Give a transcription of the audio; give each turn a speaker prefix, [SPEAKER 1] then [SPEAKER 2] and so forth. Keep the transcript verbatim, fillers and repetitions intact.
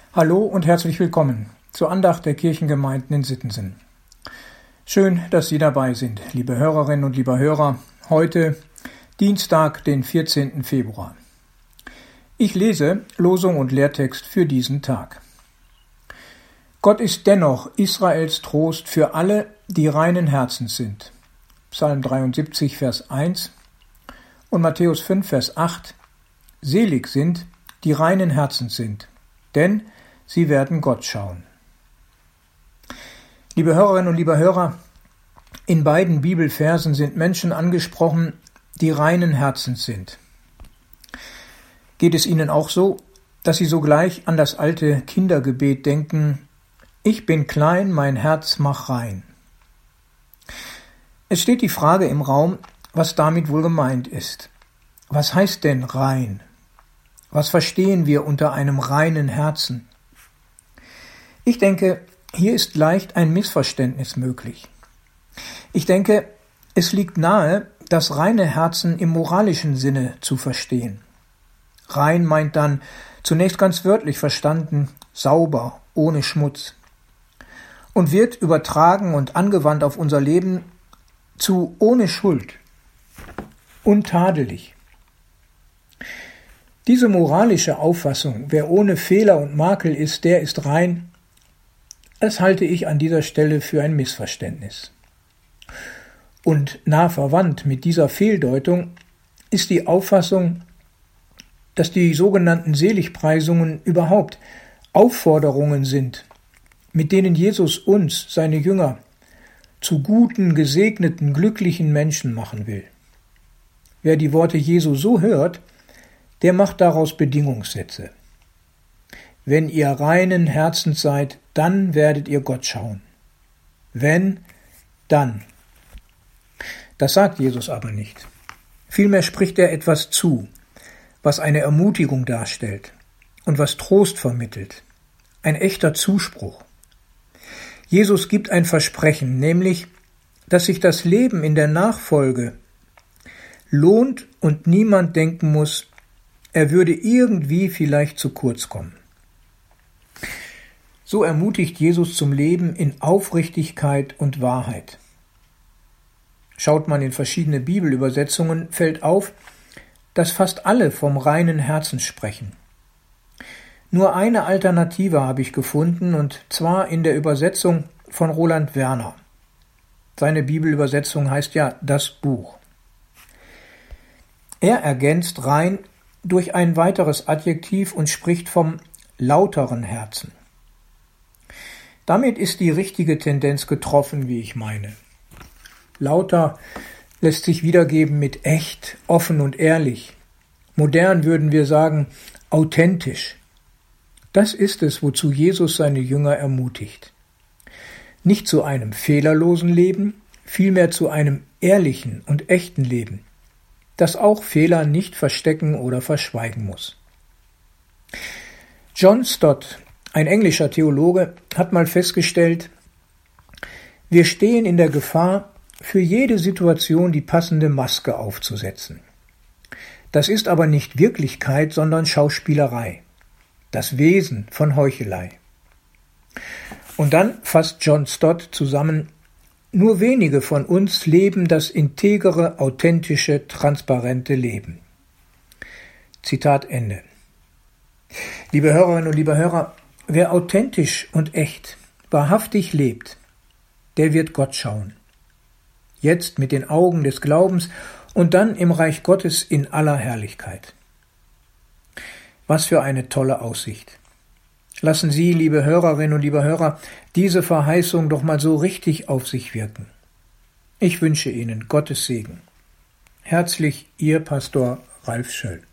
[SPEAKER 1] Hallo und herzlich willkommen zur Andacht der Kirchengemeinden in Sittensen. Schön, dass Sie dabei sind, liebe Hörerinnen und lieber Hörer. Heute Dienstag, den vierzehnten Februar. Ich lese Losung und Lehrtext für diesen Tag. Gott ist dennoch Israels Trost für alle, die reinen Herzens sind. Psalm dreiundsiebzig, Vers eins und Matthäus fünf, Vers acht. Selig sind, die reinen Herzens sind, denn sie werden Gott schauen. Liebe Hörerinnen und lieber Hörer, in beiden Bibelversen sind Menschen angesprochen, die reinen Herzens sind. Geht es Ihnen auch so, dass Sie sogleich an das alte Kindergebet denken: Ich bin klein, mein Herz mach rein? Es steht die Frage im Raum, was damit wohl gemeint ist. Was heißt denn rein? Was verstehen wir unter einem reinen Herzen? Ich denke, hier ist leicht ein Missverständnis möglich. Ich denke, es liegt nahe, das reine Herzen im moralischen Sinne zu verstehen. Rein meint dann, zunächst ganz wörtlich verstanden, sauber, ohne Schmutz, und wird übertragen und angewandt auf unser Leben zu ohne Schuld, untadelig. Diese moralische Auffassung, wer ohne Fehler und Makel ist, der ist rein, das halte ich an dieser Stelle für ein Missverständnis. Und nah verwandt mit dieser Fehldeutung ist die Auffassung, dass die sogenannten Seligpreisungen überhaupt Aufforderungen sind, mit denen Jesus uns, seine Jünger, zu guten, gesegneten, glücklichen Menschen machen will. Wer die Worte Jesu so hört, der macht daraus Bedingungssätze. Wenn ihr reinen Herzens seid, dann werdet ihr Gott schauen. Wenn, dann. Das sagt Jesus aber nicht. Vielmehr spricht er etwas zu, was eine Ermutigung darstellt und was Trost vermittelt. Ein echter Zuspruch. Jesus gibt ein Versprechen, nämlich, dass sich das Leben in der Nachfolge lohnt und niemand denken muss, er würde irgendwie vielleicht zu kurz kommen. So ermutigt Jesus zum Leben in Aufrichtigkeit und Wahrheit. Schaut man in verschiedene Bibelübersetzungen, fällt auf, dass fast alle vom reinen Herzen sprechen. Nur eine Alternative habe ich gefunden, und zwar in der Übersetzung von Roland Werner. Seine Bibelübersetzung heißt ja das Buch. Er ergänzt rein durch ein weiteres Adjektiv und spricht vom lauteren Herzen. Damit ist die richtige Tendenz getroffen, wie ich meine. Lauter lässt sich wiedergeben mit echt, offen und ehrlich. Modern würden wir sagen, authentisch. Das ist es, wozu Jesus seine Jünger ermutigt. Nicht zu einem fehlerlosen Leben, vielmehr zu einem ehrlichen und echten Leben, das auch Fehler nicht verstecken oder verschweigen muss. John Stott, ein englischer Theologe, hat mal festgestellt: Wir stehen in der Gefahr, für jede Situation die passende Maske aufzusetzen. Das ist aber nicht Wirklichkeit, sondern Schauspielerei, das Wesen von Heuchelei. Und dann fasst John Stott zusammen: Nur wenige von uns leben das integere, authentische, transparente Leben. Zitat Ende. Liebe Hörerinnen und liebe Hörer, wer authentisch und echt, wahrhaftig lebt, der wird Gott schauen. Jetzt mit den Augen des Glaubens und dann im Reich Gottes in aller Herrlichkeit. Was für eine tolle Aussicht. Lassen Sie, liebe Hörerinnen und liebe Hörer, diese Verheißung doch mal so richtig auf sich wirken. Ich wünsche Ihnen Gottes Segen. Herzlich, Ihr Pastor Ralf Schöll.